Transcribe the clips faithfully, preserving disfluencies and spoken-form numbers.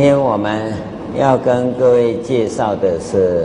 天我们要跟各位介绍的是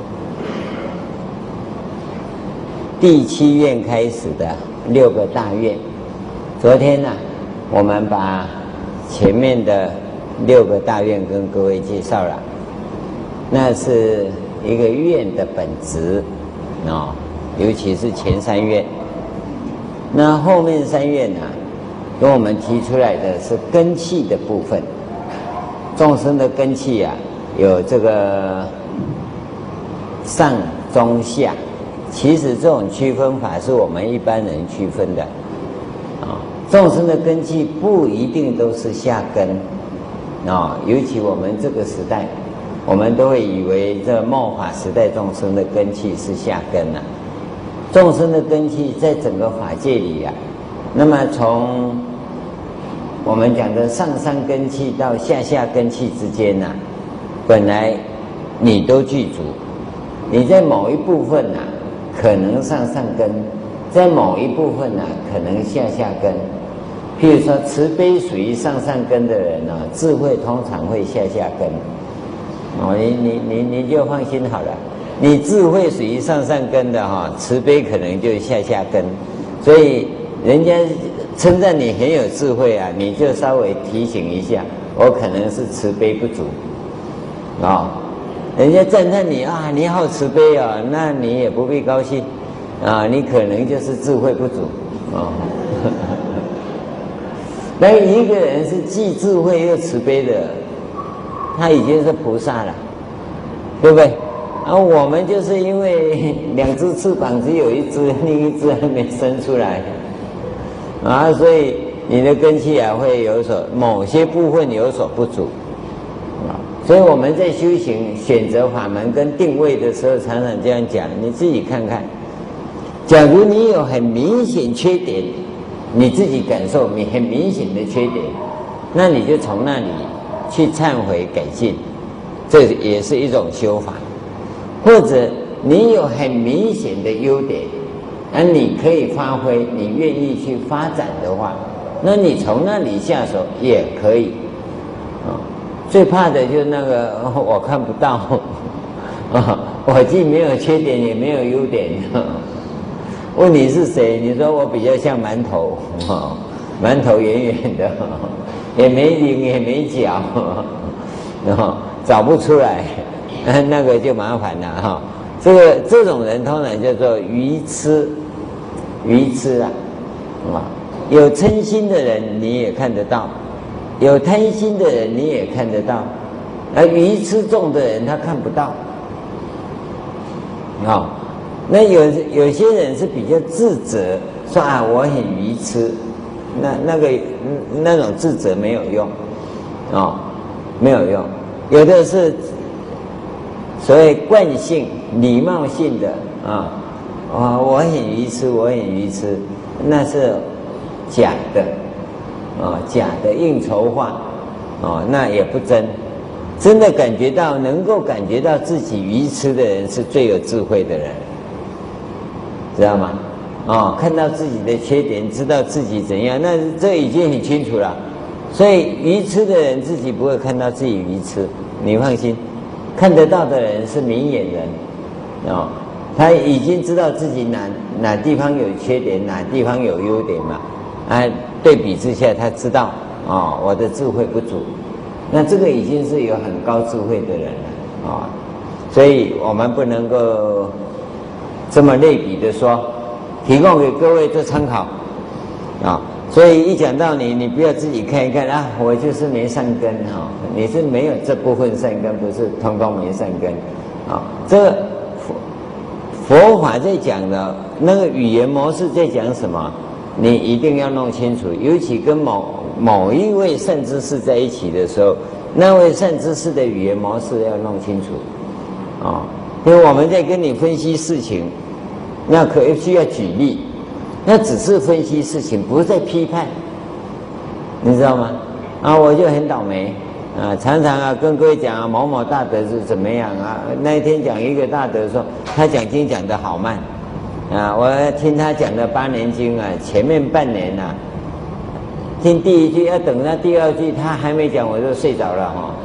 第七愿开始的六个大愿。昨天呢、啊，我们把前面的六个大愿跟各位介绍了，那是一个愿的本质啊、哦，尤其是前三愿。那后面三愿呢、啊，跟我们提出来的是根器的部分。众生的根器啊，有这个上中下，其实这种区分法是我们一般人区分的啊。众生的根器不一定都是下根啊，尤其我们这个时代，我们都会以为这末法时代众生的根器是下根啊。众生的根器在整个法界里啊，那么从我们讲的上上根器到下下根器之间呢、啊，本来你都具足，你在某一部分呢、啊，可能上上根，在某一部分呢、啊，可能下下根。譬如说慈悲属于上上根的人呢、啊，智慧通常会下下根。哦，你你你你就放心好了，你智慧属于上上根的哈、哦，慈悲可能就下下根，所以人家称赞你很有智慧啊，你就稍微提醒一下，我可能是慈悲不足啊、哦。人家赞叹你啊，你好慈悲啊、哦，那你也不必高兴啊，你可能就是智慧不足啊。哦、那一个人是既智慧又慈悲的，他已经是菩萨了，对不对？啊，我们就是因为两只翅膀只有一只，另一只还没生出来。啊，所以你的根器啊会有所某些部分有所不足啊，所以我们在修行选择法门跟定位的时候，常常这样讲，你自己看看。假如你有很明显缺点，你自己感受你很明显的缺点，那你就从那里去忏悔改进，这也是一种修法。或者你有很明显的优点。而你可以发挥，你愿意去发展的话，那你从那里下手也可以。啊，最怕的就是那个、哦、我看不到，啊，我既没有缺点也没有优点。问你是谁？你说我比较像馒头，啊，馒头圆圆的，也没棱也没角，然后找不出来，那个就麻烦了哈。这个这种人通常叫做愚痴。愚痴啊，啊，有嗔心的人你也看得到，有贪心的人你也看得到，而愚痴重的人他看不到。啊，那有有些人是比较自责，说啊我很愚痴，那那个那种自责没有用，啊，没有用。有的是所谓惯性、礼貌性的啊。啊、哦，我很愚痴，我很愚痴，那是假的，啊、哦，假的应酬化，哦，那也不真。真的感觉到，能够感觉到自己愚痴的人，是最有智慧的人，知道吗？哦，看到自己的缺点，知道自己怎样，那这已经很清楚了。所以愚痴的人自己不会看到自己愚痴，你放心。看得到的人是明眼人，哦。他已经知道自己哪哪地方有缺点，哪地方有优点嘛，啊，对比之下，他知道哦，我的智慧不足，那这个已经是有很高智慧的人了啊、哦，所以我们不能够这么类比的说，提供给各位做参考啊、哦。所以一讲到你，你不要自己看一看啊，我就是没善根哈、哦，你是没有这部分善根，不是通通没善根啊、哦，这个。佛法在讲的那个语言模式在讲什么？你一定要弄清楚。尤其跟某某一位善知识在一起的时候，那位善知识的语言模式要弄清楚啊、哦。因为我们在跟你分析事情，那可需要举例，那只是分析事情，不是在批判，你知道吗？啊，我就很倒霉。啊，常常啊跟各位讲啊，某某大德是怎么样啊？那一天讲一个大德说，他讲经讲得好慢，啊，我听他讲的八年经啊，前面半年啊，听第一句要等到第二句他还没讲，我就睡着了哈、哦。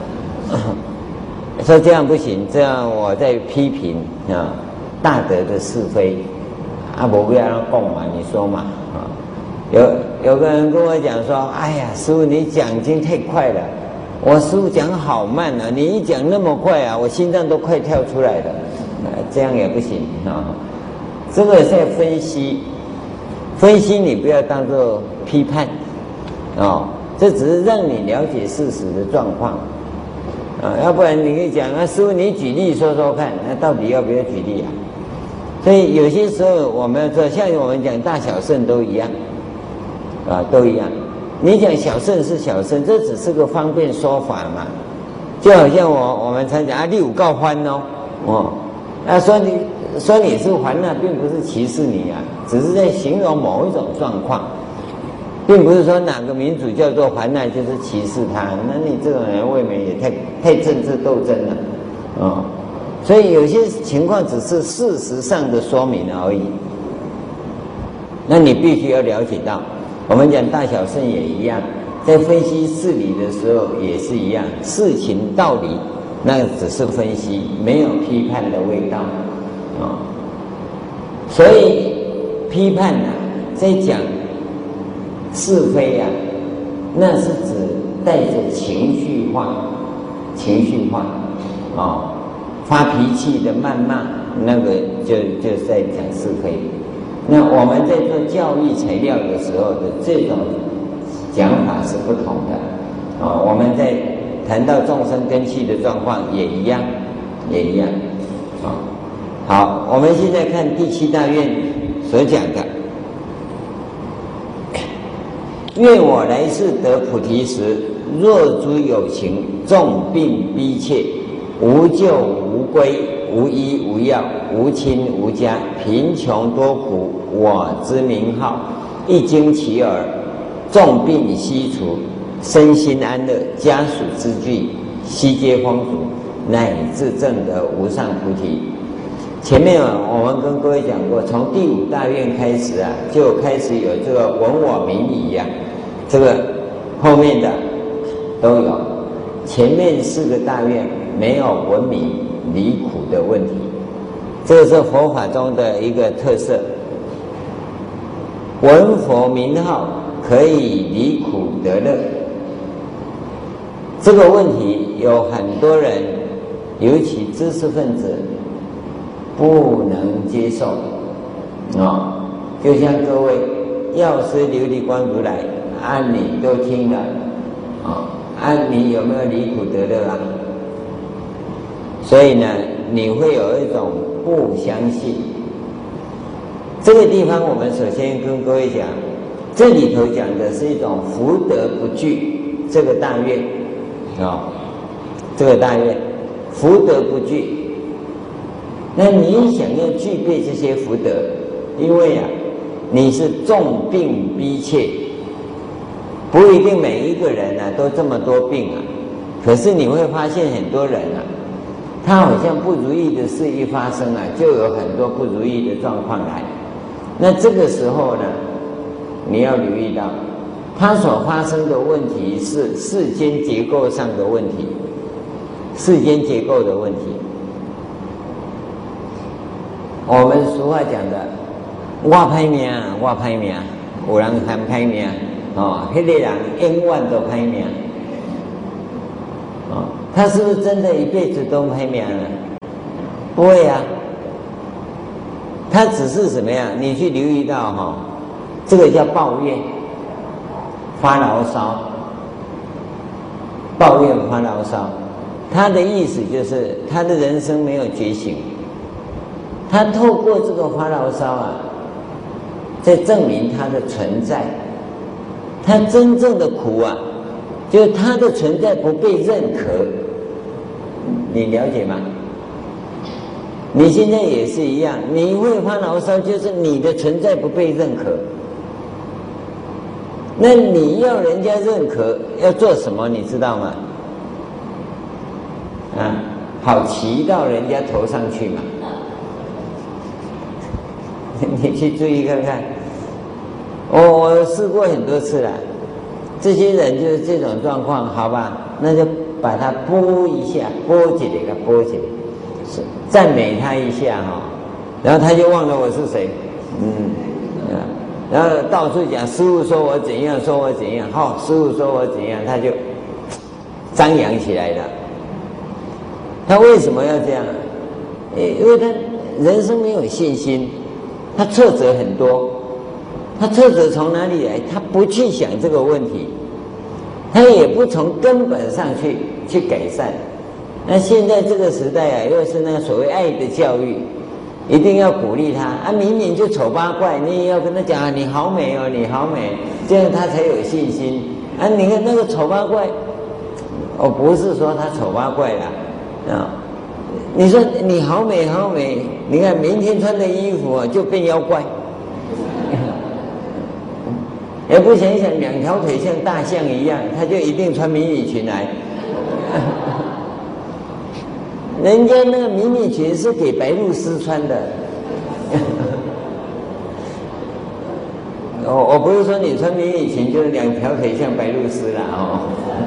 说这样不行，这样我在批评啊大德的是非啊，我不要让供嘛，你说嘛啊？有有个人跟我讲说，哎呀，师父你讲经太快了，我师父讲好慢啊，你一讲那么快啊，我心脏都快跳出来了，啊、这样也不行啊。这个在分析，分析你不要当做批判啊，这只是让你了解事实的状况啊，要不然你可以讲啊，师父你举例说说看，那到底要不要举例啊？所以有些时候我们要做，像我们讲大小圣都一样。啊，都一样。你讲小圣是小圣，这只是个方便说法嘛。就好像我我们常讲啊，你有够欢哦，哦，那说你说你是欢那，并不是歧视你啊，只是在形容某一种状况，并不是说哪个民主叫做欢那就是歧视他。那你这种人未免也太太政治斗争了，哦。所以有些情况只是事实上的说明而已。那你必须要了解到。我们讲大小圣也一样，在分析事理的时候也是一样，事情道理那只是分析，没有批判的味道啊、哦。所以批判啊，在讲是非啊，那是指带着情绪化、情绪化啊、哦，发脾气的谩骂，那个就就在讲是非。那我们在做教育材料的时候的这种讲法是不同的啊、哦。我们在谈到众生根器的状况也一样，也一样啊、哦。好，我们现在看第七大愿所讲的：愿我来世得菩提时，若诸有情，重病逼切，无救无归。无依无药，无亲无家，贫穷多苦，我之名号一经其耳，重病悉除，身心安乐，家属之具悉皆丰足，乃至证得无上菩提。前面啊，我们跟各位讲过，从第五大愿开始啊，就开始有这个闻我名已呀、啊，这个后面的都有，前面四个大愿没有闻名离苦的问题，这是佛法中的一个特色。闻佛名号可以离苦得乐，这个问题有很多人，尤其知识分子不能接受啊、哦。就像各位药师琉璃光如来，按理都听了啊、哦，按你有没有离苦得乐啊？所以呢，你会有一种不相信。这个地方我们首先跟各位讲，这里头讲的是一种福德不具这个大愿啊、哦，这个大愿福德不具。那你想要具备这些福德，因为啊，你是重病逼切，不一定每一个人啊都这么多病啊，可是你会发现很多人啊。他好像不如意的事一发生啊，就有很多不如意的状况来。那这个时候呢，你要留意到，他所发生的问题是世间结构上的问题，世间结构的问题。我们俗话讲的，我歹命，我歹命，有人喊歹命，哦，那个人永远都歹命。哦，他是不是真的一辈子都歹命了？不会啊，他只是怎么样？你去留意到哈、哦，这个叫抱怨、发牢骚、抱怨、发牢骚。他的意思就是他的人生没有觉醒，他透过这个发牢骚啊，在证明他的存在。他真正的苦啊，就是他的存在不被认可，你了解吗？你现在也是一样，你会发牢骚，就是你的存在不被认可。那你要人家认可，要做什么？你知道吗？啊，好骑到人家头上去嘛。你去注意看看，我我试过很多次了。这些人就是这种状况，好吧，那就把它拨一下，拨起来，给它拨起来，赞美他一下哈、哦，然后他就忘了我是谁，嗯啊，然后到处讲师父说我怎样，说我怎样，好、哦，师父说我怎样，他就张扬起来了。他为什么要这样？因为他人生没有信心，他挫折很多，他挫折从哪里来？他不去想这个问题，他也不从根本上去去改善。那现在这个时代啊，又是那个所谓爱的教育，一定要鼓励他啊，明明就丑八怪，你也要跟他讲啊，你好美哦，你好美，这样他才有信心啊。你看那个丑八怪，我不是说他丑八怪啦啊。你说你好美好美，你看明天穿的衣服啊就变妖怪，也不想想两条腿像大象一样，他就一定穿迷你裙来。人家那个迷你裙是给白鹭鸶穿的。我我不是说你穿迷你裙就是两条腿像白鹭鸶啦哦。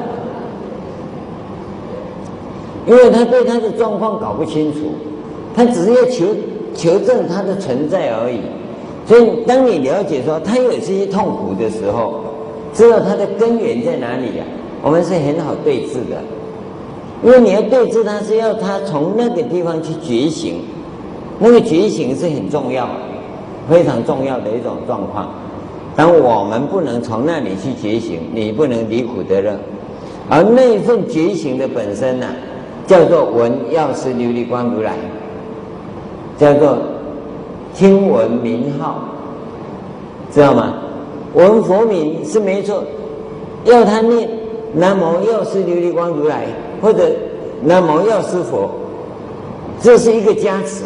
因为他对他的状况搞不清楚，他只是要求求证他的存在而已。所以当你了解说他有这些痛苦的时候，知道他的根源在哪里呀、啊？我们是很好对治的。因为你要对治他，是要他从那个地方去觉醒，那个觉醒是很重要、非常重要的一种状况。当我们不能从那里去觉醒，你不能离苦得乐。而那份觉醒的本身呢、啊？叫做闻药师琉璃光如来，叫做听闻名号，知道吗？闻佛名是没错，要他念南无药师琉璃光如来，或者南无药师佛，这是一个加持。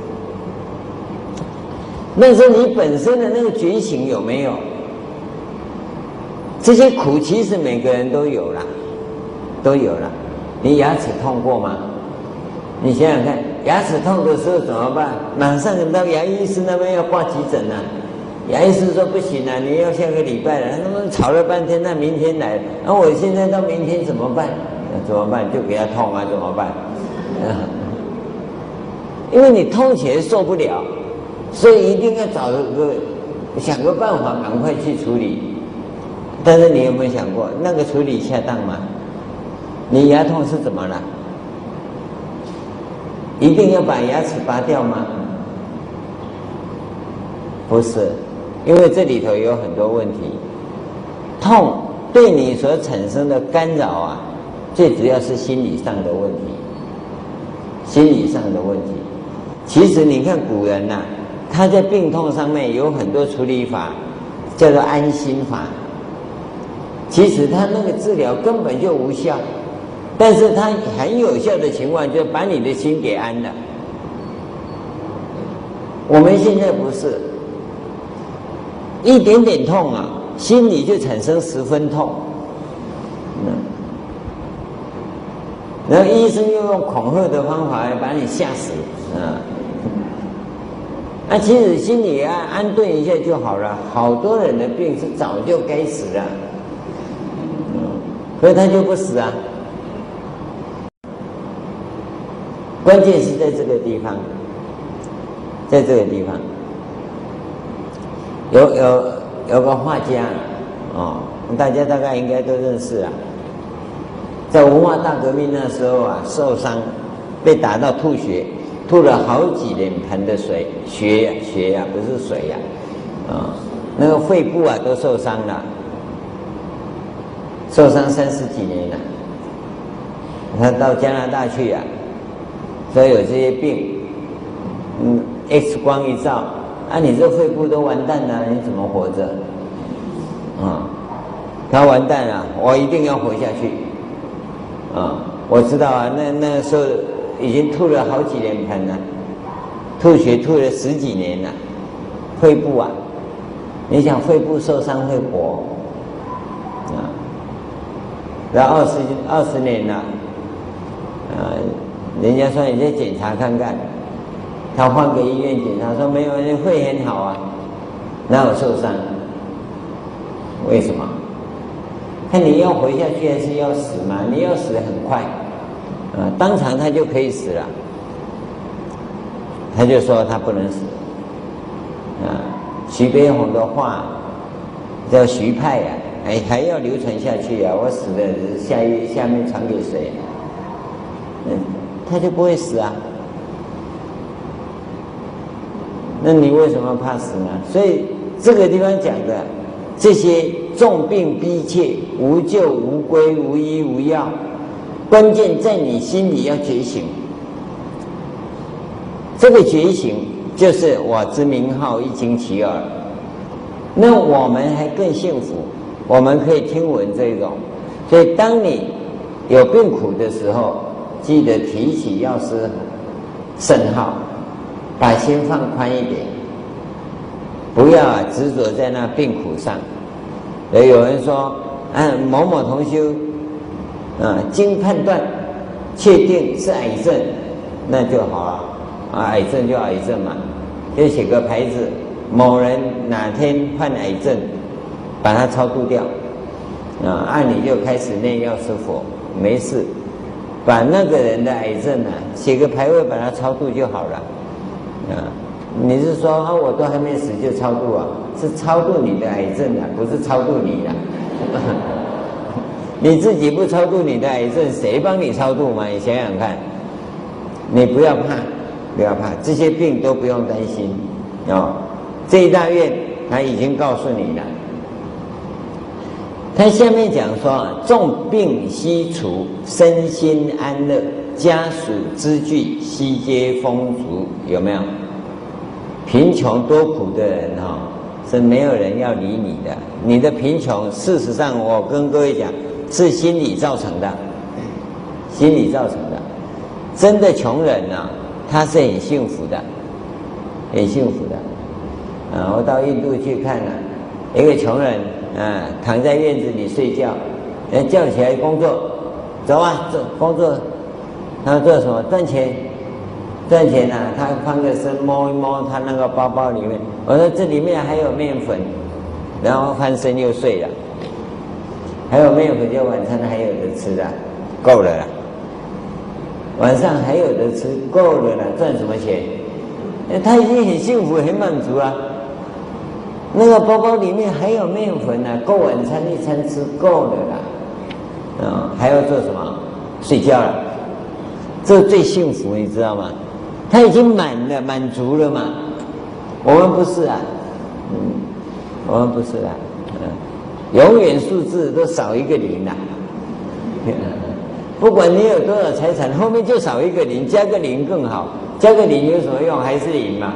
但是你本身的那个觉醒有没有？这些苦其实每个人都有啦，都有啦。你牙齿痛过吗？你想想看，牙齿痛的时候怎么办？马上到牙医师那边要挂急诊啊。牙医师说不行啊，你要下个礼拜了。他们吵了半天，那明天来，那、啊、我现在到明天怎么办？怎么办？就给他痛啊，怎么办？啊、因为你痛起来受不了，所以一定要找个想个办法，赶快去处理。但是你有没有想过，那个处理恰当吗？你牙痛是怎么了？一定要把牙齿拔掉吗？不是，因为这里头有很多问题。痛对你所产生的干扰啊，最主要是心理上的问题。心理上的问题，其实你看古人呐、啊，他在病痛上面有很多处理法，叫做安心法。其实他那个治疗根本就无效。但是它很有效的情况，就是把你的心给安了。我们现在不是一点点痛啊，心里就产生十分痛，嗯，然后医生又用恐吓的方法来把你吓死啊。那、啊、其实心里啊安顿一下就好了。好多人的病是早就该死了，嗯，可是他就不死啊。关键是在这个地方，在这个地方，有有有个画家，哦，大家大概应该都认识啊。在文化大革命那时候啊，受伤，被打到吐血，吐了好几脸盆的水，血呀、啊、血呀、啊，不是水呀、啊，啊、哦，那个肺部啊都受伤了，受伤三十几年了。他到加拿大去啊。所以有这些病，嗯 ，X 光一照，啊，你这肺部都完蛋了，你怎么活着？啊、嗯，他完蛋了，我一定要活下去。啊、嗯，我知道啊，那那时候已经吐了好几脸盆了，吐血吐了十几年了，肺部啊，你想肺部受伤会活，啊、嗯，然后二十二十年了，啊。人家说你再检查看看，他换个医院检查说没有，你肺很好啊，哪有受伤？为什么？ 看你要活下去还是要死嘛？你要死很快，啊，当场他就可以死了。他就说他不能死，啊，徐悲鸿的话叫徐派呀、啊，哎，还要流传下去啊！我死了，下一下面传给谁？嗯，他就不会死啊。那你为什么怕死呢？所以这个地方讲的这些重病逼切、无救无归、无医无药，关键在你心里要觉醒。这个觉醒就是我之名号一经其耳。那我们还更幸福，我们可以听闻这种。所以当你有病苦的时候，记得提起药师圣号，把心放宽一点，不要啊执着在那病苦上。而有人说，啊某某同修，啊经判断确定是癌症，那就好了。啊，癌症就癌症嘛，就写个牌子，某人哪天患癌症，把它超度掉，啊，按理就开始念药师佛，没事，把那个人的癌症呢、啊，写个牌位把它超度就好了，啊，你是说啊，我都还没死就超度啊？是超度你的癌症啊，不是超度你的。你自己不超度你的癌症，谁帮你超度嘛？你想想看，你不要怕。不要怕，这些病都不用担心哦。这一大院他已经告诉你了。他下面讲说，重病悉除，身心安乐，家属之聚，悉皆丰足。有没有？贫穷多苦的人哈、哦，是没有人要理你的。你的贫穷，事实上我跟各位讲，是心理造成的，心理造成的。真的穷人啊，他是很幸福的，很幸福的。啊，我到印度去看了、啊，一个穷人啊，躺在院子里睡觉，人叫起来工作，走啊，走工作。他做什么？赚钱，赚钱啊！他翻个身摸一摸他那个包包里面，我说这里面还有面粉，然后翻身又睡了。还有面粉，就晚餐还有的吃的，够了啦。晚上还有的吃，够了啦，赚什么钱？他已经很幸福很满足啊。那个包包里面还有面粉啊，够晚餐一餐吃，够了啦。啊、嗯，还要做什么？睡觉了，这最幸福，你知道吗？他已经满了，满足了嘛。我们不是啊，嗯，我们不是啊，嗯，永远数字都少一个零啊。不管你有多少财产，后面就少一个零，加个零更好。加个零有什么用？还是零嘛。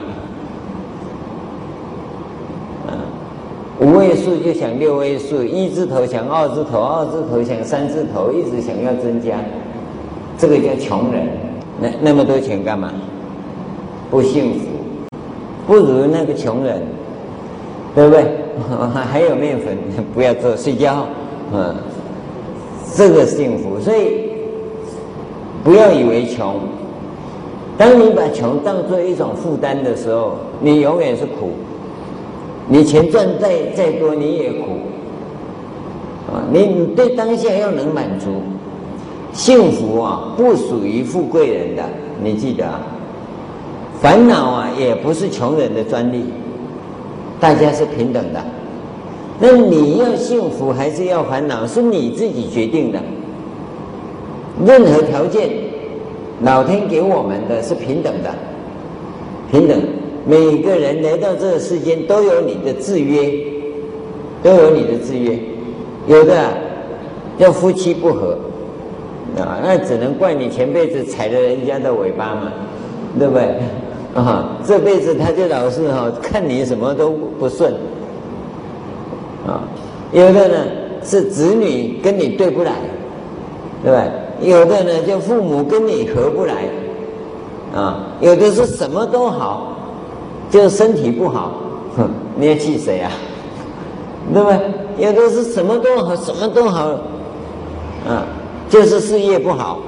啊，五位数就想六位数，一字头想二字头，二字头想三字头，一直想要增加，这个叫穷人。那那么多钱干嘛？不幸福，不如那个穷人，对不对？还有面粉，不要做，睡觉，嗯，这个幸福。所以不要以为穷，当你把穷当作一种负担的时候，你永远是苦。你钱赚再再多，你也苦啊！你你对当下要能满足，幸福啊，不属于富贵人的，你记得啊。烦恼啊，也不是穷人的专利，大家是平等的。那你要幸福还是要烦恼，是你自己决定的。任何条件，老天给我们的是平等的，平等。每个人来到这个世间都有你的制约，都有你的制约。有的、啊、叫夫妻不和啊，那只能怪你前辈子踩了人家的尾巴嘛，对不对？啊，这辈子他就老是哈、哦、看你什么都不顺啊。有的呢是子女跟你对不来，对吧？有的呢就父母跟你合不来啊。有的是什么都好，就身体不好，哼，你要气谁啊？对不对？有的是什么都好，什么都好，啊，就是事业不好，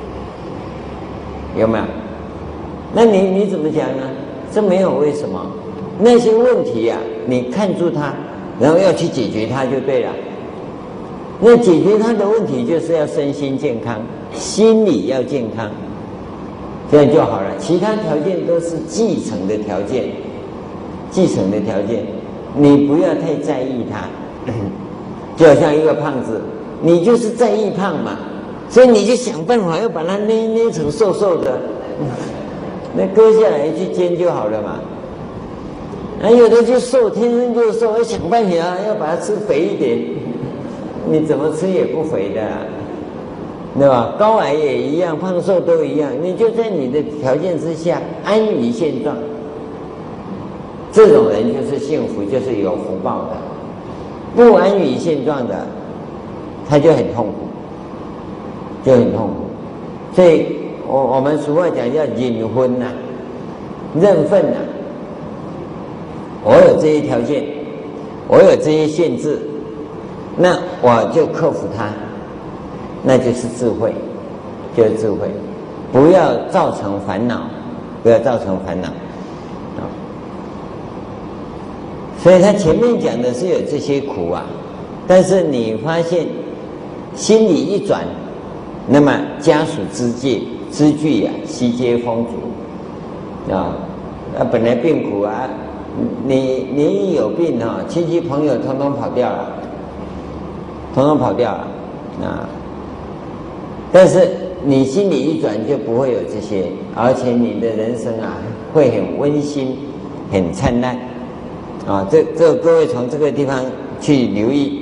有没有？那你你怎么讲呢？这没有为什么，那些问题啊，你看住它，然后要去解决它就对了。 那解决他的问题就是要身心健康，心理要健康，这样就好了。其他条件都是继承的条件，继承的条件，你不要太在意它。就好像一个胖子，你就是在意胖嘛，所以你就想办法要把它捏捏成瘦瘦的，那割下来去煎就好了嘛。啊，有的就瘦，天生就瘦，要想办法要把它吃肥一点，你怎么吃也不肥的啊，对吧？高矮也一样，胖瘦都一样，你就在你的条件之下安于现状，这种人就是幸福，就是有福报的。不安于现状的，他就很痛苦，就很痛苦。所以我我们俗话讲叫忍分呐、啊，认份呐、啊。我有这些条件，我有这些限制，那我就克服它，那就是智慧，就是智慧。不要造成烦恼，不要造成烦恼。所以他前面讲的是有这些苦啊，但是你发现心里一转，那么家属之戒之具啊，悉皆丰足啊。啊，本来病苦啊，你你一有病哈、啊，亲戚朋友统统跑掉了，统统跑掉了啊。但是你心里一转，就不会有这些，而且你的人生啊，会很温馨，很灿烂。啊，这这各位从这个地方去留意。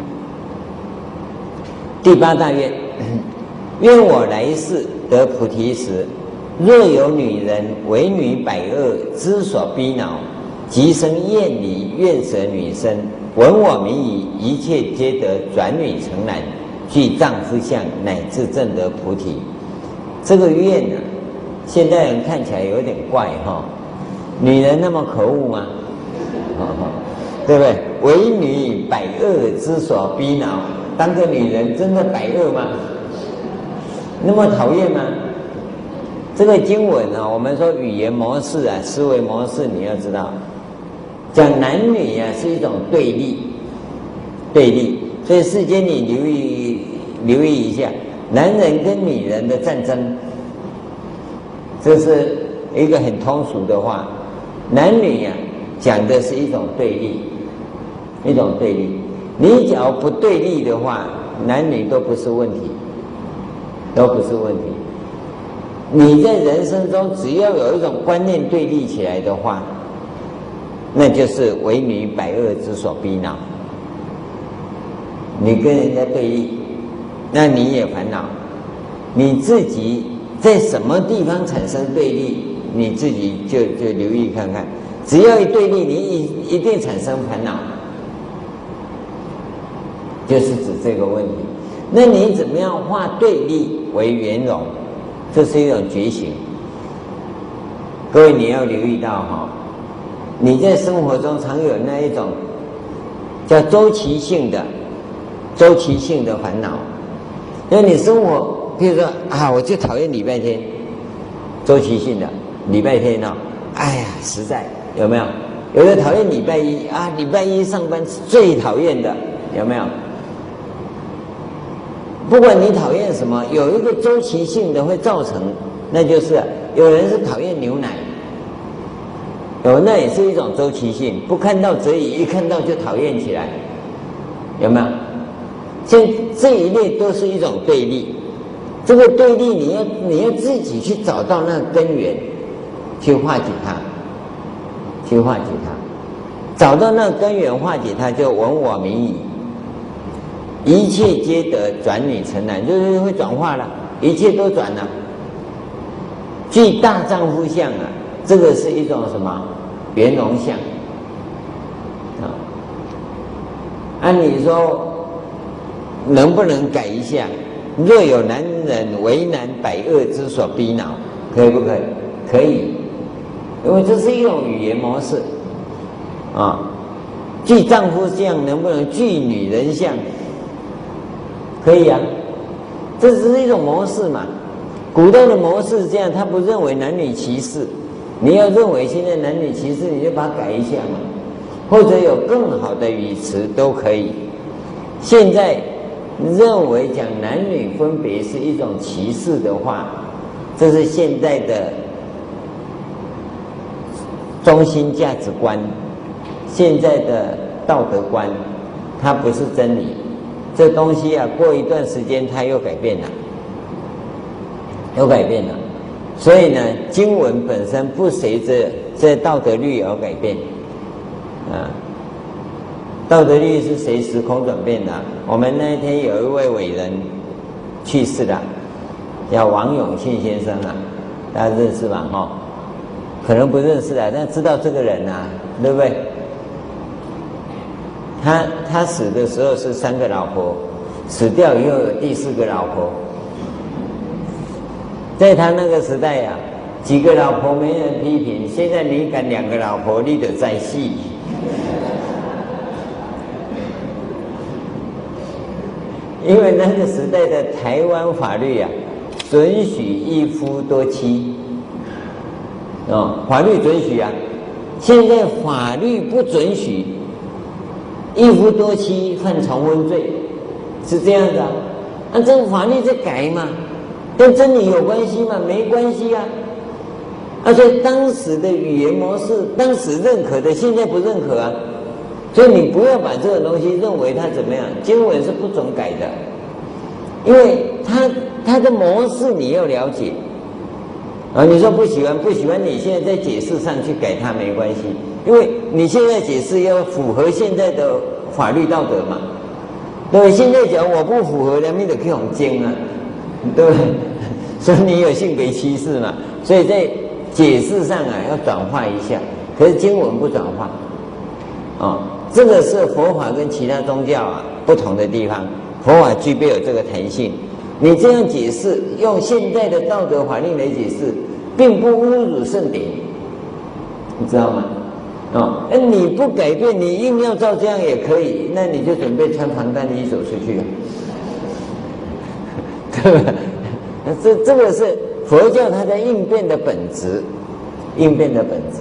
第八大愿，愿我来世得菩提时，若有女人为女百恶之所逼恼，即生厌离愿舍女身，闻我名已，一切皆得转女成男，具丈夫相，乃至证得菩提。这个愿呢、啊，现代人看起来有点怪哈，女人那么可恶吗？对不对？为女百恶之所逼恼，当个女人真的百恶吗？那么讨厌吗？这个经文啊，我们说语言模式啊，思维模式，你要知道，讲男女啊是一种对立，对立。所以世间你留意留意一下，男人跟女人的战争，这是一个很通俗的话，男女啊。讲的是一种对立，一种对立。你只要不对立的话，男女都不是问题，都不是问题。你在人生中只要有一种观念对立起来的话，那就是为女百恶之所逼恼。你跟人家对立，那你也烦恼。你自己在什么地方产生对立，你自己就就留意看看。只要一对立，你一一定产生烦恼，就是指这个问题。那你怎么样化对立为圆融？这是一种觉醒。各位你要留意到哈，你在生活中常有那一种叫周期性的、周期性的烦恼。因为你生活，譬如说啊，我就讨厌礼拜天，周期性的礼拜天哦，哎呀，实在。有没有？有的讨厌礼拜一啊，礼拜一上班是最讨厌的，有没有？不管你讨厌什么，有一个周期性的会造成，那就是有人是讨厌牛奶，有那也是一种周期性，不看到则已，一看到就讨厌起来，有没有？像这一类都是一种对立，这个对立你要你要自己去找到那个根源，去化解它。去化解它，找到那个根源，化解它，就闻我名已，一切皆得转女成男，就是会转化了，一切都转了。具大丈夫相啊，这个是一种什么圆融相啊？按理说能不能改一下？若有男人为难百恶之所逼恼，可以不可以？可以。因为这是一种语言模式，啊，具丈夫相能不能具女人相？可以啊，这只是一种模式嘛。古代的模式这样，他不认为男女歧视。你要认为现在男女歧视，你就把它改一下嘛，或者有更好的语词都可以。现在认为讲男女分别是一种歧视的话，这是现在的中心价值观，现在的道德观，它不是真理。这东西啊，过一段时间它又改变了，又改变了。所以呢，经文本身不随着这道德律而改变，啊，道德律是随时空转变的。我们那一天有一位伟人去世了，叫王永庆先生啊，大家认识吧？哈、哦，可能不认识啊，但知道这个人啊，对不对？他他死的时候是三个老婆，死掉以后有第四个老婆。在他那个时代呀、啊，几个老婆没人批评，现在你敢两个老婆，你得再戏。因为那个时代的台湾法律啊，准许一夫多妻，哦，法律准许啊。现在法律不准许一夫多妻犯重婚罪，是这样子啊。那、啊、这个法律在改嘛，跟真理有关系吗？没关系啊。而且当时的语言模式，当时认可的，现在不认可啊。所以你不要把这个东西认为它怎么样，经文是不准改的，因为它它的模式你要了解。啊，你说不喜欢不喜欢，你现在在解释上去改它没关系，因为你现在解释要符合现在的法律道德嘛。对，现在讲我不符合，人民的可以很精啊，对不对？所以你有性别歧视嘛，所以在解释上啊要转化一下，可是经文不转化，哦，这个是佛法跟其他宗教啊不同的地方，佛法具备有这个弹性。你这样解释，用现在的道德法令来解释，并不侮辱圣典，你知道吗？哦，那你不改变，你硬要照这样也可以，那你就准备穿防弹衣走出去了，对吧？这这个是佛教它在应变的本质，应变的本质。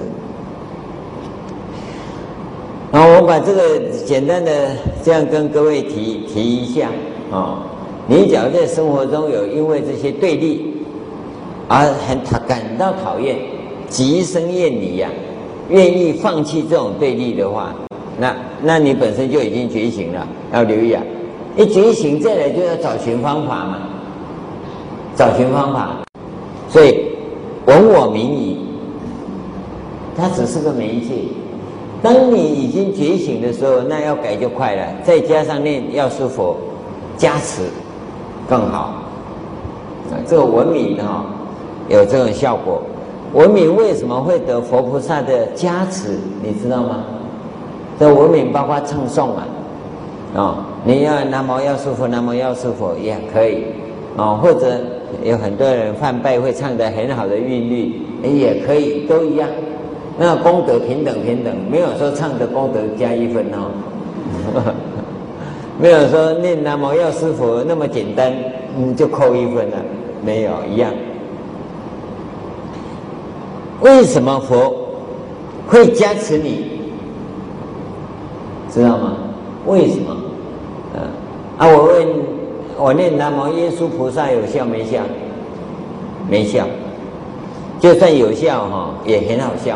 然后我把这个简单的这样跟各位提提一下啊。哦，你假如在生活中有因为这些对立而很感到讨厌、极生厌离呀，愿意放弃这种对立的话，那那你本身就已经觉醒了。要留意啊，一觉醒再来就要找寻方法嘛，找寻方法。所以闻我名矣，它只是个媒介。当你已经觉醒的时候，那要改就快了。再加上念药师佛加持，更好。这个文明哈、哦、有这种效果。文明为什么会得佛菩萨的加持？你知道吗？这文明包括唱诵啊，哦，你要南无药师佛，南无药师佛也可以，哦，或者有很多人梵拜会唱得很好的韵律，也可以，都一样。那功德平等平等，没有说唱的功德加一分哦。没有说念南无药师佛那么简单，嗯，就扣一分了，没有一样。为什么佛会加持你？知道吗？为什么？啊啊！我问，我念南无耶稣菩萨有效没效？没效。就算有效哈、哦，也很好笑。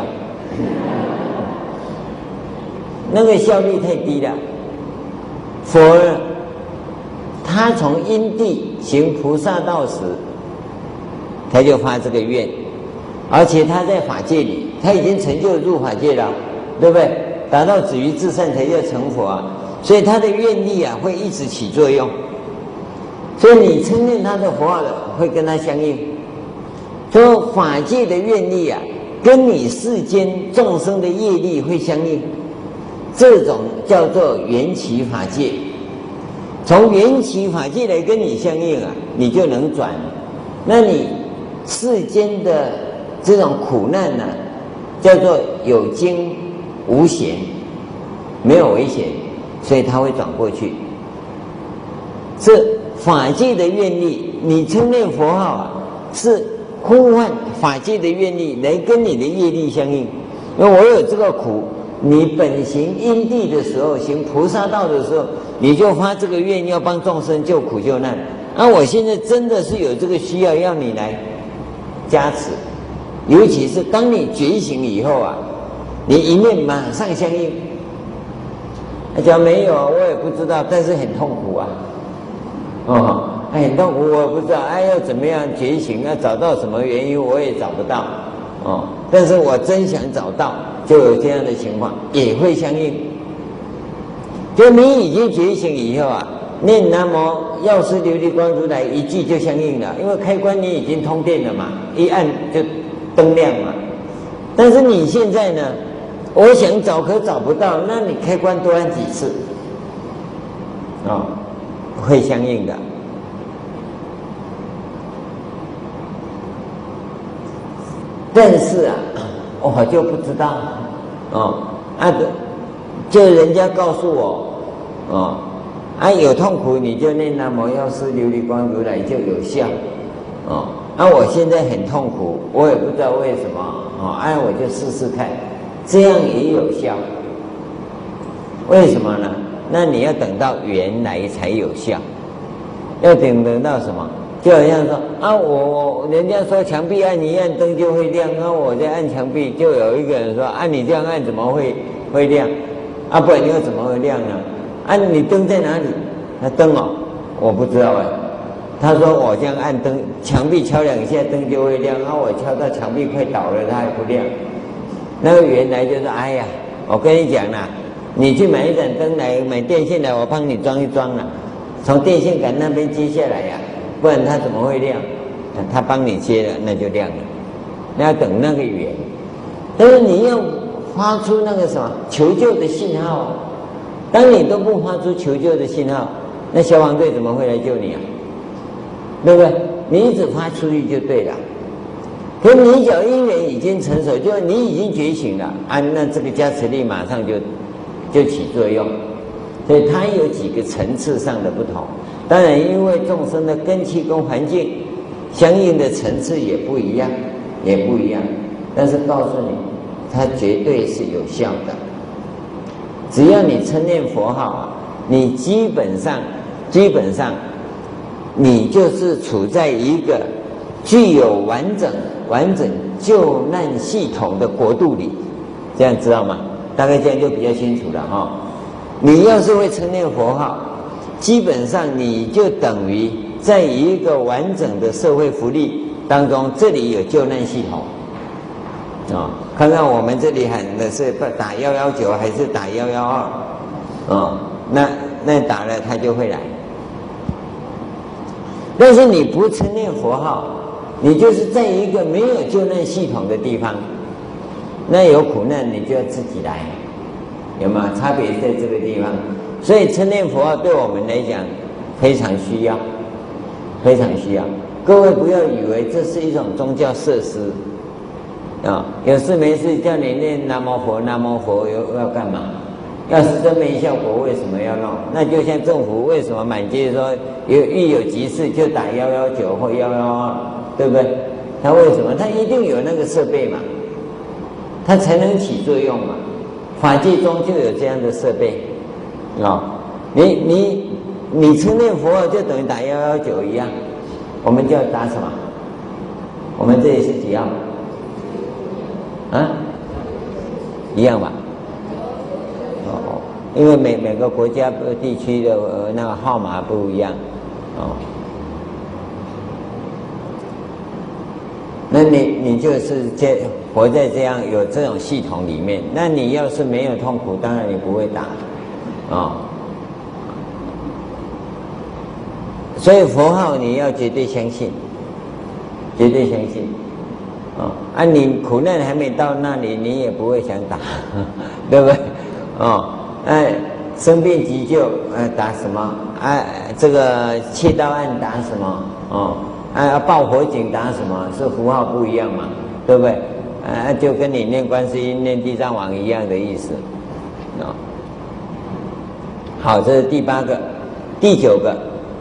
那个效率太低了。佛他从因地行菩萨道时，他就发这个愿，而且他在法界里，他已经成就入法界了，对不对？达到止于至善才叫成佛啊，所以他的愿力啊会一直起作用，所以你称念他的佛号会跟他相应。所以法界的愿力啊，跟你世间众生的业力会相应。这种叫做缘起法界，从缘起法界来跟你相应啊，你就能转。那你世间的这种苦难呢、啊，叫做有惊无险，没有危险，所以它会转过去。这法界的愿力，你称念佛号啊，是呼唤法界的愿力来跟你的业力相应。因为我有这个苦，你本行因地的时候，行菩萨道的时候， 你就发这个愿要帮众生救苦救难。啊，我现在真的是有这个需要，要你来加持。尤其是当你觉醒以后啊，你一念马上相应。他讲没有，我也不知道，但是很痛苦啊。哦，很痛苦，我不知道，哎，要怎么样觉醒？要找到什么原因，我也找不到。哦，但是我真想找到，就有这样的情况，也会相应。就你已经觉醒以后啊，念南无药师琉璃光如来一句就相应了，因为开关你已经通电了嘛，一按就灯亮嘛。但是你现在呢，我想找可找不到，那你开关多按几次，哦，会相应的。但是啊，我就不知道，哦，啊，就人家告诉我，哦，啊，有痛苦你就念南无药师琉璃光如来就有效，哦，啊，我现在很痛苦，我也不知道为什么，哦，啊，我就试试看，这样也有效。为什么呢？那你要等到原来才有效，要等等到什么？就好像说啊，我人家说墙壁按一按灯就会亮，那我在按墙壁，就有一个人说啊，你这样按怎么会会亮？啊，不然你又怎么会亮呢？啊，你灯在哪里？那灯哦，我不知道哎。他说我这样按灯，墙壁敲两下灯就会亮，啊，我敲到墙壁快倒了，它还不亮。那个原来就是哎呀，我跟你讲啦，你去买一盏灯来，买电线来，我帮你装一装啦，从电线杆那边接下来呀、啊。不然它怎么会亮？他帮你接了，那就亮了。那要等那个缘，但是你要发出那个什么求救的信号。当你都不发出求救的信号，那消防队怎么会来救你啊？对不对？你一直发出去就对了。可是你只要因缘已经成熟，就是你已经觉醒了啊，那这个加持力马上就就起作用。所以它有几个层次上的不同。当然，因为众生的根器跟环境相应的层次也不一样，也不一样。但是告诉你，它绝对是有效的。只要你称念佛号啊，你基本上，基本上，你就是处在一个具有完整、完整救难系统的国度里，这样知道吗？大概这样就比较清楚了哈、哦。你要是会称念佛号，基本上你就等于在一个完整的社会福利当中，这里有救难系统啊、哦。看看我们这里喊的是打一一九还是打一一二啊、哦？那那打了他就会来。但是你不称念佛号，你就是在一个没有救难系统的地方，那有苦难你就要自己来，有没有差别在这个地方？所以称念佛号对我们来讲非常需要，非常需要。各位不要以为这是一种宗教设施啊，有事没事叫你念南无佛南无佛又要干嘛？要是真没效果，为什么要弄？那就像政府为什么满街说有一有急事就打一一九或一一二，对不对？他为什么？他一定有那个设备嘛，他才能起作用嘛。法界中就有这样的设备。啊、哦，你你你称念佛号就等于打一一九一样，我们叫打什么？我们这里是几号？啊，一样吧？哦，因为每每个国家地区的、呃、那个号码不一样，哦，那你你就是这活在这样有这种系统里面，那你要是没有痛苦，当然你不会打。啊、哦，所以佛号你要绝对相信，绝对相信，啊、哦，啊，你苦难还没到那里，你也不会想打，对不对？哦，哎，生病急救，哎，打什么？哎，这个切刀案打什么？哦，哎，报火警打什么？是符号不一样嘛，对不对？啊，就跟你念观世音、念地藏王一样的意思，啊、哦。好，这是第八个，第九个，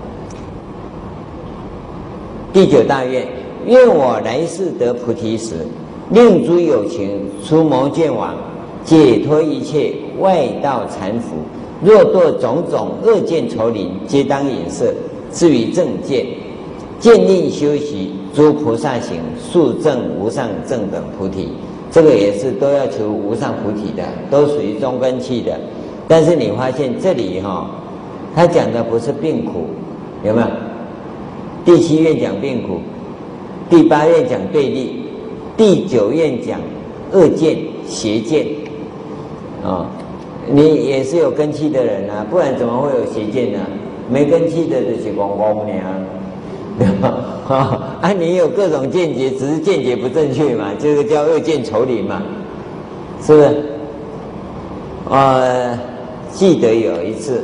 第九大愿，愿我来世得菩提时，令诸有情除魔见网，解脱一切外道缠缚， 若堕种种恶见愁林，皆当引摄，至于正见，见令修习诸菩萨行，速证无上正等菩提。这个也是都要求无上菩提的，都属于中根器的。但是你发现这里哈、哦，他讲的不是病苦，有没有？第七愿讲病苦，第八愿讲对立，第九愿讲恶见邪见啊、哦。你也是有根器的人啊，不然怎么会有邪见呢、啊？没根器的就是光光呢，对吧？啊，你有各种见解，只是见解不正确嘛，这个叫恶见愁林嘛，是不是？呃，记得有一次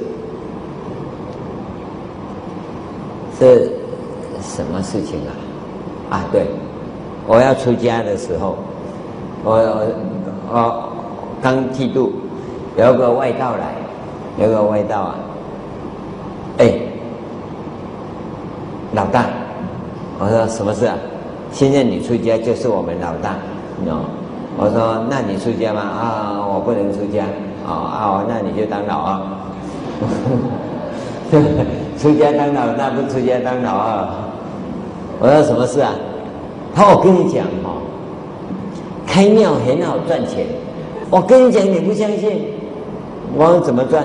是什么事情啊？啊，对，我要出家的时候，我我我刚剃度。有个外道来，有个外道啊，哎，老大，我说什么事啊？现在你出家就是我们老大，哦，我说那你出家吗？啊，我不能出家，哦啊，那你就当老二，出家当老大，不出家当老二。我说什么事啊？他说我跟你讲哦，开庙很好赚钱，我跟你讲你不相信。我说怎么赚？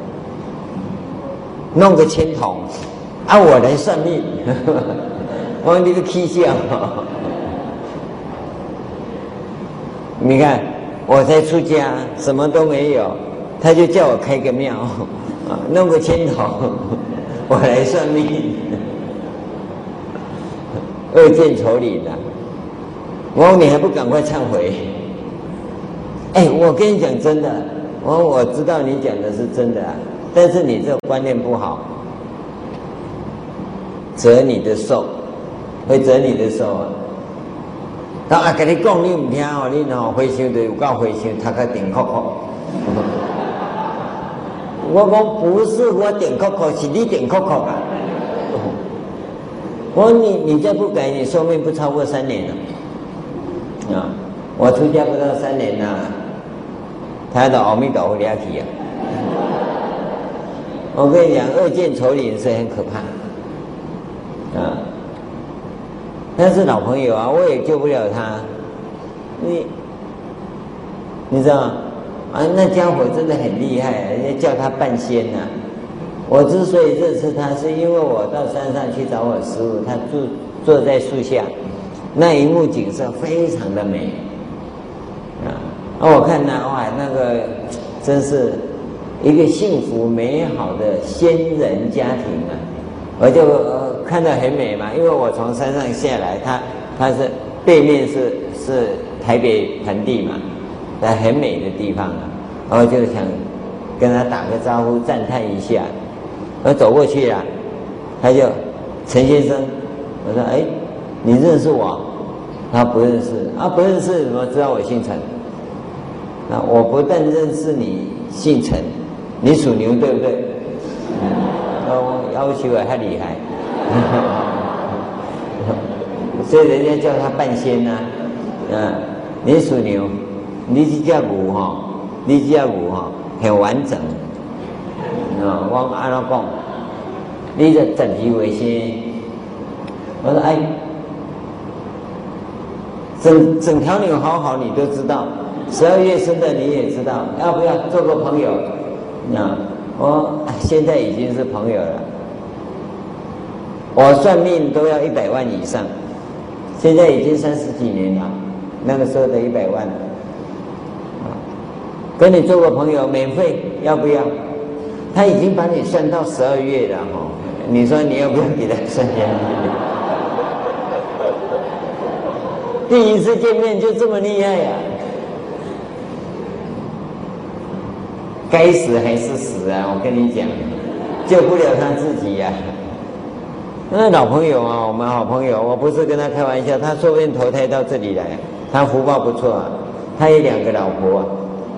弄个签筒，啊，我来算命。我说你个气笑，你看我才出家，什么都没有，他就叫我开个庙，啊，弄个签筒，我来算命，恶见愁林啊！我说你还不赶快忏悔？哎，我跟你讲真的。我说我知道你讲的是真的啊，但是你这个观念不好，折你的寿，会折你的寿啊！他啊，跟你讲你唔听哦，你哦回想就有够回想，他个顶扣扣。我讲不是我顶扣扣，是你顶扣扣啊！我说你你再不改，你寿命不超过三年了啊！我出家不到三年呐。他的阿弥陀佛了去啊！我跟你讲，恶见愁林是很可怕啊。他是老朋友啊，我也救不了他。你你知道吗？啊，那家伙真的很厉害，人家叫他半仙呐、啊。我之所以认识他，是因为我到山上去找我师父，他住坐在树下，那一幕景色非常的美啊。啊，我看呢，哇，那个真是一个幸福美好的仙人家庭啊！我就、呃、看到很美嘛，因为我从山上下来，它它是背面是是台北盆地嘛，在很美的地方啊，然后就想跟他打个招呼，赞叹一下。我走过去啊，他就陈先生，我说哎，你认识我？他不认识啊，不认识怎么知道我姓陈？那我不但认识你姓陈，你属牛对不对？哦，要求也太厉害，所以人家叫他半仙呐、啊。啊，你属牛，你这只牛哈，你这只牛哈很完整。啊，我按怎讲？你这整体为先。我说哎，整整条牛好好，你都知道。十二月生的你也知道，要不要做个朋友？啊，我现在已经是朋友了。我算命都要一百万以上，现在已经三十几年了，那个时候的一百万。啊，跟你做个朋友，免费，要不要？他已经把你算到十二月了哈，你说你要不要给他算下去？第一次见面就这么厉害呀、啊！该死还是死啊！我跟你讲，救不了他自己呀、啊。那老朋友啊，我们好朋友，我不是跟他开玩笑，他说不定投胎到这里来，他福报不错啊，他有两个老婆、啊。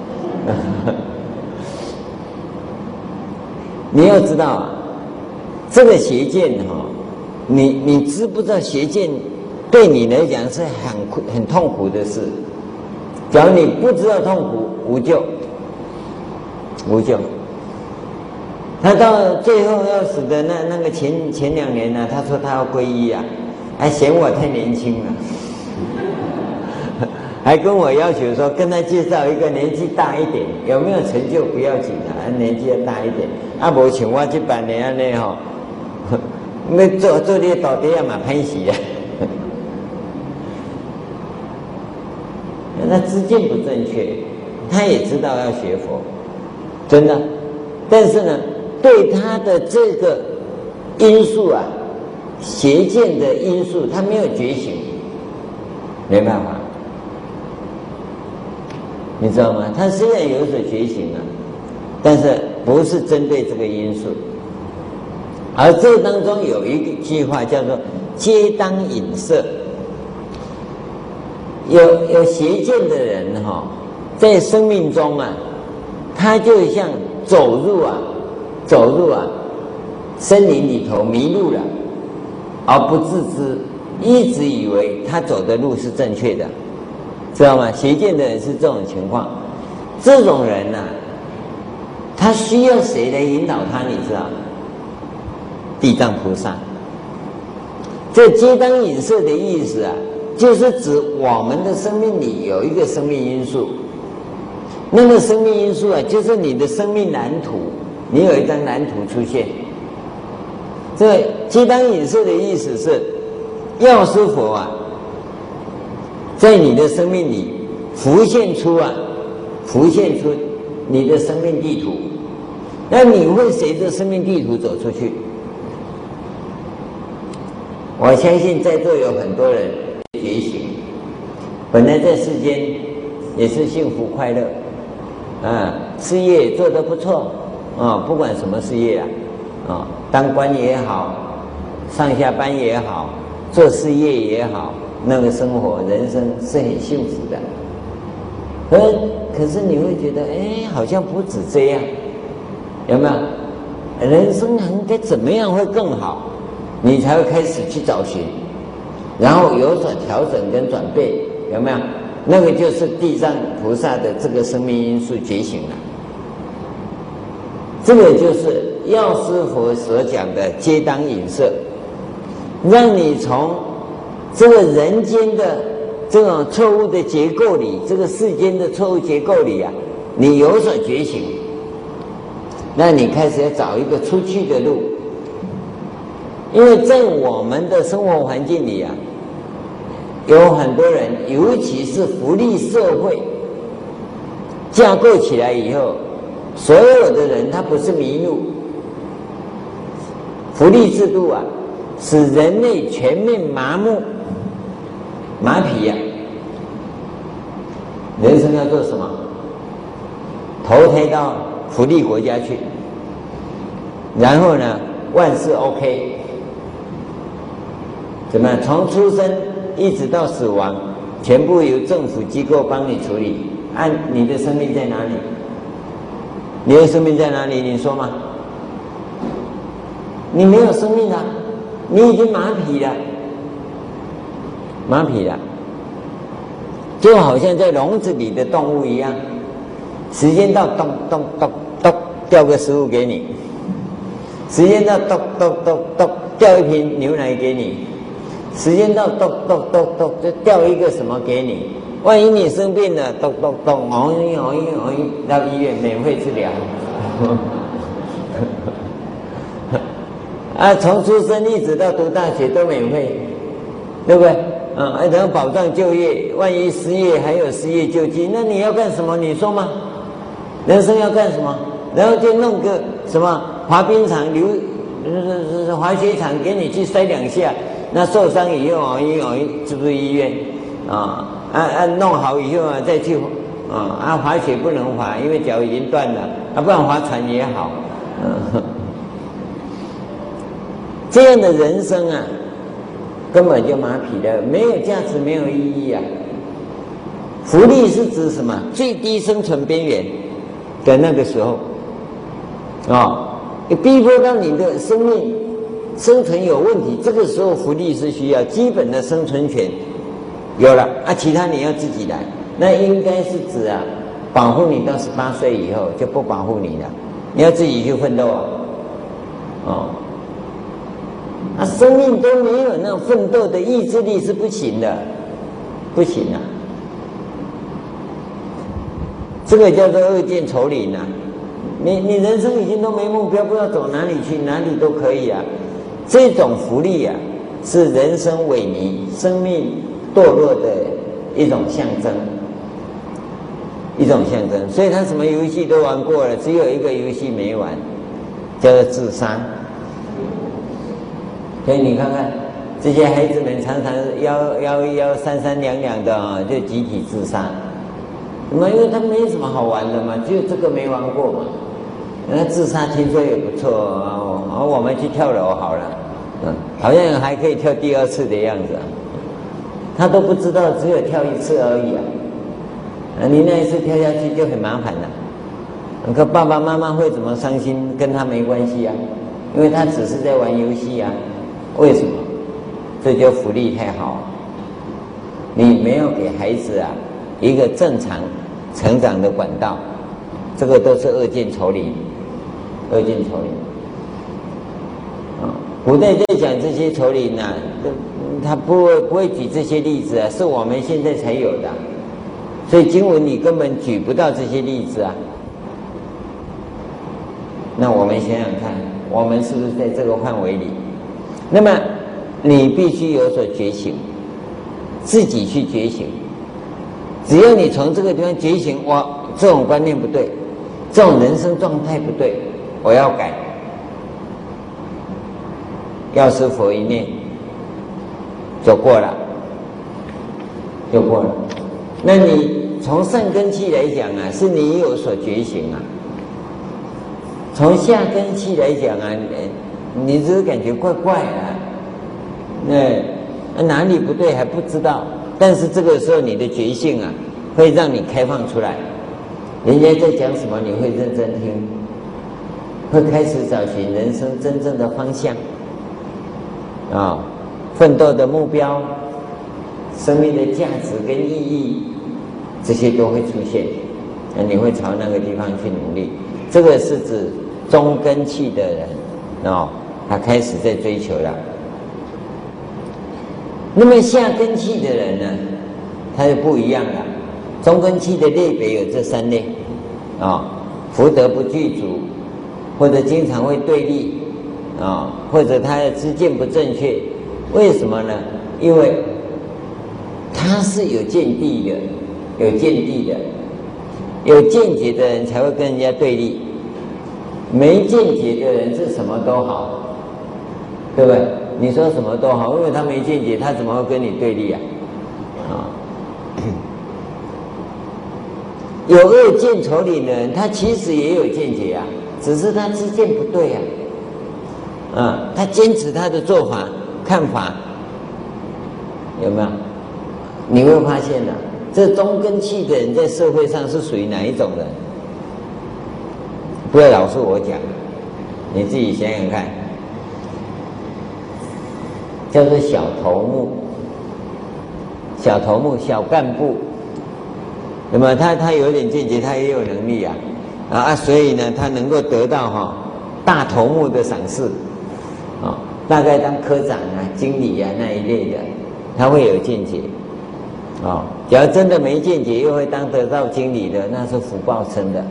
你要知道啊，这个邪见哈、哦，你你知不知道邪见对你来讲是很很痛苦的事？假如你不知道痛苦，无救。无救他到最后要死的那那个前前两年呢、啊，他说他要皈依啊，还嫌我太年轻了，还跟我要求说跟他介绍一个年纪大一点，有没有成就不要紧啊，年纪要大一点。啊，无像我这半年安尼吼，要做做这个道底啊嘛歹死啊。他知见不正确，他也知道要学佛，真的，但是呢，对他的这个因素啊，邪见的因素，他没有觉醒，没办法，你知道吗？他虽然有所觉醒了，但是不是针对这个因素，而这当中有一句话叫做“皆当引色”。有有邪见的人哈、哦，在生命中啊，他就像走入啊，走入啊森林里头迷路了，而不自知，一直以为他走的路是正确的，知道吗？邪见的人是这种情况，这种人呢、啊，他需要谁来引导他？你知道？地藏菩萨。这皆当引色的意思啊。就是指我们的生命里有一个生命因素，那个生命因素啊，就是你的生命蓝图，你有一张蓝图出现。这皆当引色的意思是，药师佛啊，在你的生命里浮现出啊，浮现出你的生命地图，那你会随着生命地图走出去。我相信在座有很多人觉醒，本来在世间也是幸福快乐，啊，事业做得不错，啊，不管什么事业啊，啊，当官也好，上下班也好，做事业也好，那个生活人生是很幸福的。可可是你会觉得，哎，好像不止这样，有没有？人生应该怎么样会更好？你才会开始去找寻。然后有所调整跟转变，有没有？那个就是地藏菩萨的这个生命因素觉醒了。这个就是药师佛所讲的皆当引色，让你从这个人间的这种错误的结构里，这个世间的错误结构里啊，你有所觉醒，那你开始要找一个出去的路。因为在我们的生活环境里啊，有很多人，尤其是福利社会架构起来以后，所有的人他不是迷路，福利制度啊，使人类全面麻木、麻痹呀、啊。人生要做什么？投胎到福利国家去，然后呢，万事 OK。怎么样？从出生一直到死亡，全部由政府机构帮你处理。按、啊、你的生命在哪里？你的生命在哪里？你说嘛？你没有生命了，你已经麻痹了，麻痹了，就好像在笼子里的动物一样。时间到，咚咚咚咚，掉个食物给你；时间到，咚咚咚咚，掉一瓶牛奶给你。时间到，咚咚咚咚，就掉一个什么给你。万一你生病了，咚咚咚，哦一哦一哦一，到医院免费治疗。啊，从出生一直到读大学都免费，对不对？啊，然后保障就业，万一失业还有失业救济，那你要干什么？你说嘛？人生要干什么？然后就弄个什么滑冰场、流滑雪场给你去摔两下。那受伤以后哦一哦一，是不是医院啊？啊啊，弄好以后啊，再去啊啊，滑雪不能滑，因为脚已经断了，啊，不然划船也好。嗯，这样的人生啊，根本就麻痹了，没有价值，没有意义啊。福利是指什么？最低生存边缘的那个时候，啊，你逼迫到你的生命。生存有问题，这个时候福利是需要基本的生存权有了啊，其他你要自己来。那应该是指啊，保护你到十八岁以后就不保护你了，你要自己去奋斗啊。 哦，那、啊、生命都没有那种奋斗的意志力是不行的，不行啊。这个叫做恶见愁领啊。你你人生已经都没目标，不知道走哪里去，哪里都可以啊。这种福利啊，是人生萎靡、生命堕落的一种象征，一种象征。所以他什么游戏都玩过了，只有一个游戏没玩，叫做自杀。所以你看看这些孩子们，常常腰腰腰三三两两的啊，就集体自杀。那么因为他没什么好玩的嘛，就这个没玩过嘛。那自杀听说也不错啊，我们去跳楼好了，嗯，好像还可以跳第二次的样子、啊。他都不知道只有跳一次而已啊，啊，你那一次跳下去就很麻烦了。可爸爸妈妈会怎么伤心，跟他没关系啊，因为他只是在玩游戏啊。为什么？这就福利太好，你没有给孩子啊一个正常成长的管道，这个都是恶见愁领。恶见愁领啊，古代在讲这些愁领啊，他不会不会举这些例子啊，是我们现在才有的，所以经文你根本举不到这些例子啊。那我们想想看，我们是不是在这个范围里？那么你必须有所觉醒，自己去觉醒。只要你从这个地方觉醒，哇，这种观念不对，这种人生状态不对，我要改。药师佛一念就过了，就过了。那你从上根器来讲啊，是你有所觉醒啊；从下根器来讲啊，你只是感觉怪怪的，那哪里不对还不知道。但是这个时候你的觉性啊，会让你开放出来。人家在讲什么，你会认真听，会开始找寻人生真正的方向啊、哦，奋斗的目标，生命的价值跟意义，这些都会出现。那你会朝那个地方去努力。这个是指中根器的人哦，他开始在追求了。那么下根器的人呢，他就不一样了。中根器的类别有这三类啊、哦，福德不具足，或者经常会对立啊、哦，或者他的知见不正确。为什么呢？因为他是有见地的，有见地的，有见解的人才会跟人家对立，没见解的人是什么都好，对不对？你说什么都好，因为他没见解，他怎么会跟你对立啊？啊，有恶见愁领的人，他其实也有见解啊，只是他知见不对啊。啊，他坚持他的做法、看法，有没有？你会发现啊，这中根器的人在社会上是属于哪一种人？不要老是我讲，你自己想想看。叫做小头目，小头目、小干部，那么他他有点见解，他也有能力啊，啊，所以呢，他能够得到哈、哦、大头目的赏识，啊、哦，大概当科长啊、经理啊那一类的，他会有见解，啊、哦，只要真的没见解，又会当得到经理的，那是福报生的。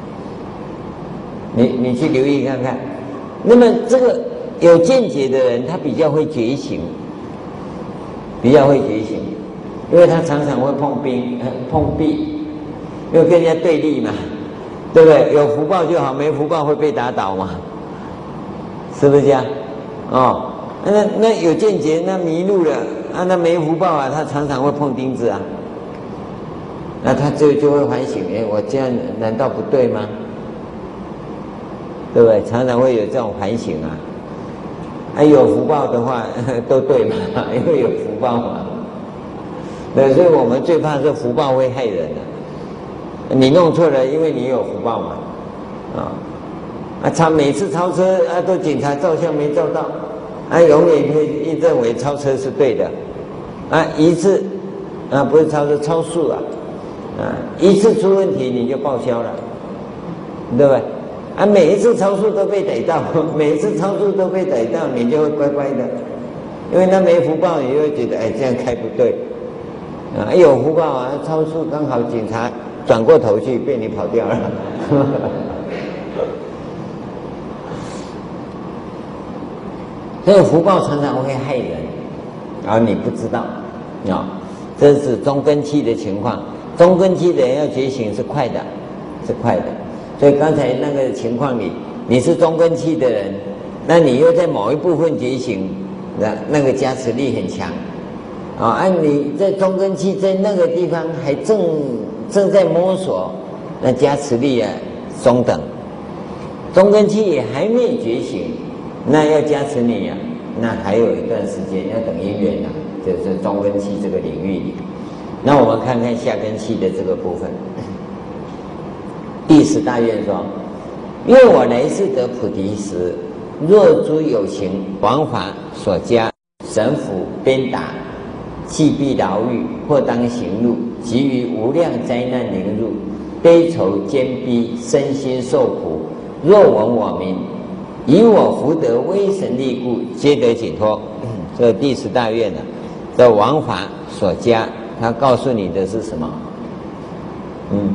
你你去留意看看，那么这个。有见解的人，他比较会觉醒，比较会觉醒，因为他常常会碰壁，碰壁，因为跟人家对立嘛，对不对？有福报就好，没福报会被打倒嘛，是不是这样？哦，那那有见解，那迷路了啊，那没福报啊，他常常会碰钉子啊，那他就就会反省，哎，我这样难道不对吗？对不对？常常会有这种反省啊。还、啊、有福报的话都对嘛，因为有福报嘛。对，所以我们最怕是福报会害人的、啊。你弄错了，因为你有福报嘛。啊啊，他每次超车啊都检查照相没照到，啊永远会认为超车是对的。啊一次啊不是超车超速啊，啊一次出问题你就报销了，对不对？ 啊，每一次超速都被逮到，每一次超速都被逮到，你就会乖乖的，因为他没福报，你就会觉得哎这样开不对，啊有福报啊，超速刚好警察转过头去被你跑掉了。这个福报常常会害人，然后你不知道，啊，这是中根器的情况。中根器的人要觉醒是快的，是快的。所以刚才那个情况里，你是中根器的人，那你又在某一部分觉醒，那那个加持力很强，啊，按你在中根器在那个地方还正正在摸索，那加持力啊中等，中根器也还没觉醒。那要加持你啊，那还有一段时间，要等因缘啊，就是中根器这个领域里。那我们看看下根器的这个部分。第十大愿说：愿我来世得菩提时，若诸有情王法所加，神府鞭打，弃必牢狱，或当行路，及于无量灾难临入，悲愁艰逼，身心受苦。若闻我名，以我福德威神力故，皆得解脱。这第十大愿呢，这王法所加，他告诉你的是什么？嗯，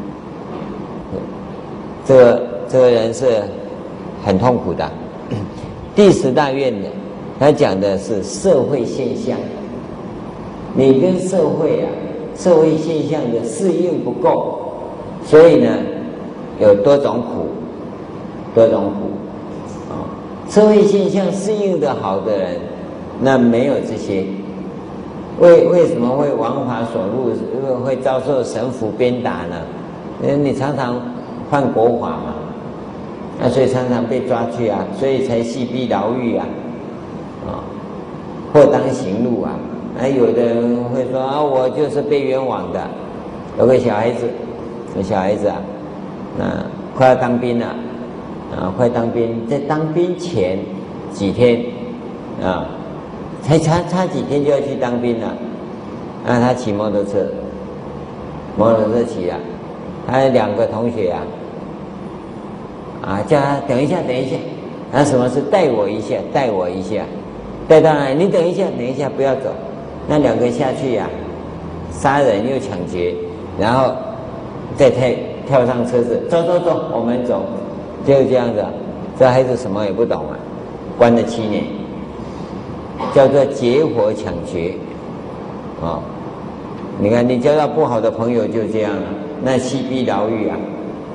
这个这个人是很痛苦的。第十大愿呢，他讲的是社会现象，你跟社会啊，社会现象的适应不够，所以呢，有多种苦，多种苦。社会现象适应的好的人，那没有这些。为为什么会王法所入，会遭受神府鞭打呢？因为你常常犯国法嘛，那所以常常被抓去啊，所以才系闭牢狱啊，啊，或当行路啊。那有的人会说啊，我就是被冤枉的。有个小孩子，有小孩子啊，那快要当兵了。啊，快当兵，在当兵前几天，啊，才差差几天就要去当兵了。啊，他骑摩托车，摩托车骑啊，他两个同学啊，啊，叫他等一下，等一下，啊，什么事？带我一下，带我一下，带到哪里？你等一下，等一下，不要走。那两个下去呀、啊，杀人又抢劫，然后再跳跳上车子，走走走，我们走。就是这样子，这孩子什么也不懂啊，关了七年，叫做劫火抢劫，啊、哦，你看你交到不好的朋友就这样了，那系闭牢狱啊。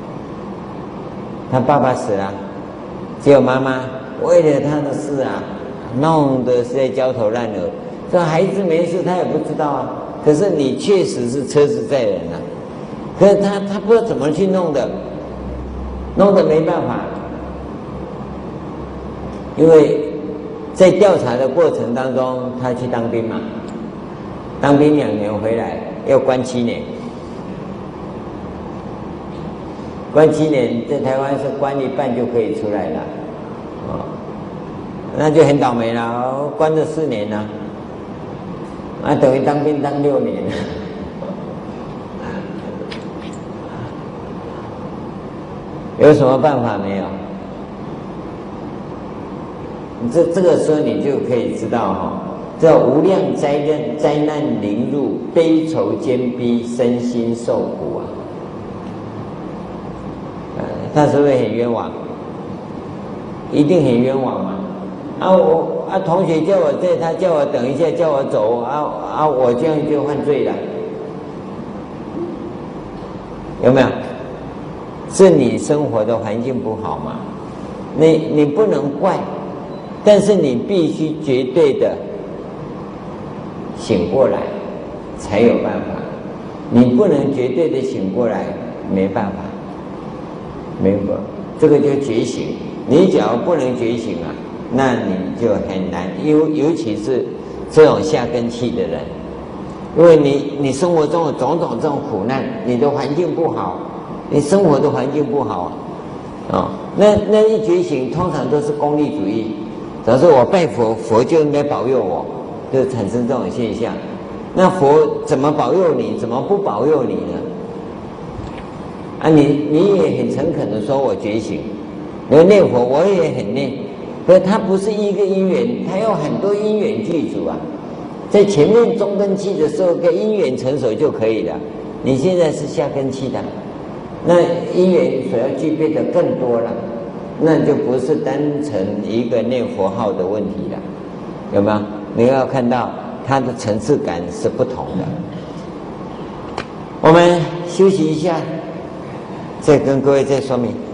他爸爸死了，只有妈妈为了他的事啊，弄得实在焦头烂额。这孩子没事，他也不知道啊，可是你确实是车子载人啊，可是他他不知道怎么去弄的。弄得没办法，因为在调查的过程当中，他去当兵嘛，当兵两年回来要关七年，关七年在台湾是关一半就可以出来了，哦，那就很倒霉了，关了四年了，啊，等于当兵当六年了。有什么办法没有？这这个时候你就可以知道哈、哦，这无量灾难灾难临入，悲愁艰逼，身心受苦啊！呃，他是不是很冤枉？一定很冤枉嘛！啊，我啊，同学叫我在，他叫我等一下，叫我走啊啊，我这样就犯罪了，有没有？是你生活的环境不好嘛？你你不能怪，但是你必须绝对的醒过来才有办法。你不能绝对的醒过来，没办法，没法，这个就觉醒。你只要不能觉醒啊，那你就很难。尤尤其是这种下根器的人，因为你你生活中有种种这种苦难，你的环境不好。你生活的环境不好啊，哦，那那一觉醒，通常都是功利主义。假如说我拜佛，佛就应该保佑我，就产生这种现象。那佛怎么保佑你？怎么不保佑你呢？啊，你你也很诚恳的说我觉醒， 你念佛我也很念，可是它不是一个因缘，它有很多因缘具足啊。在前面中根器的时候，跟因缘成熟就可以了。你现在是下根器的，那因缘所要具备的更多了，那就不是单纯一个念佛号的问题了，有没有？你要看到它的层次感是不同的。我们休息一下，再跟各位再说明。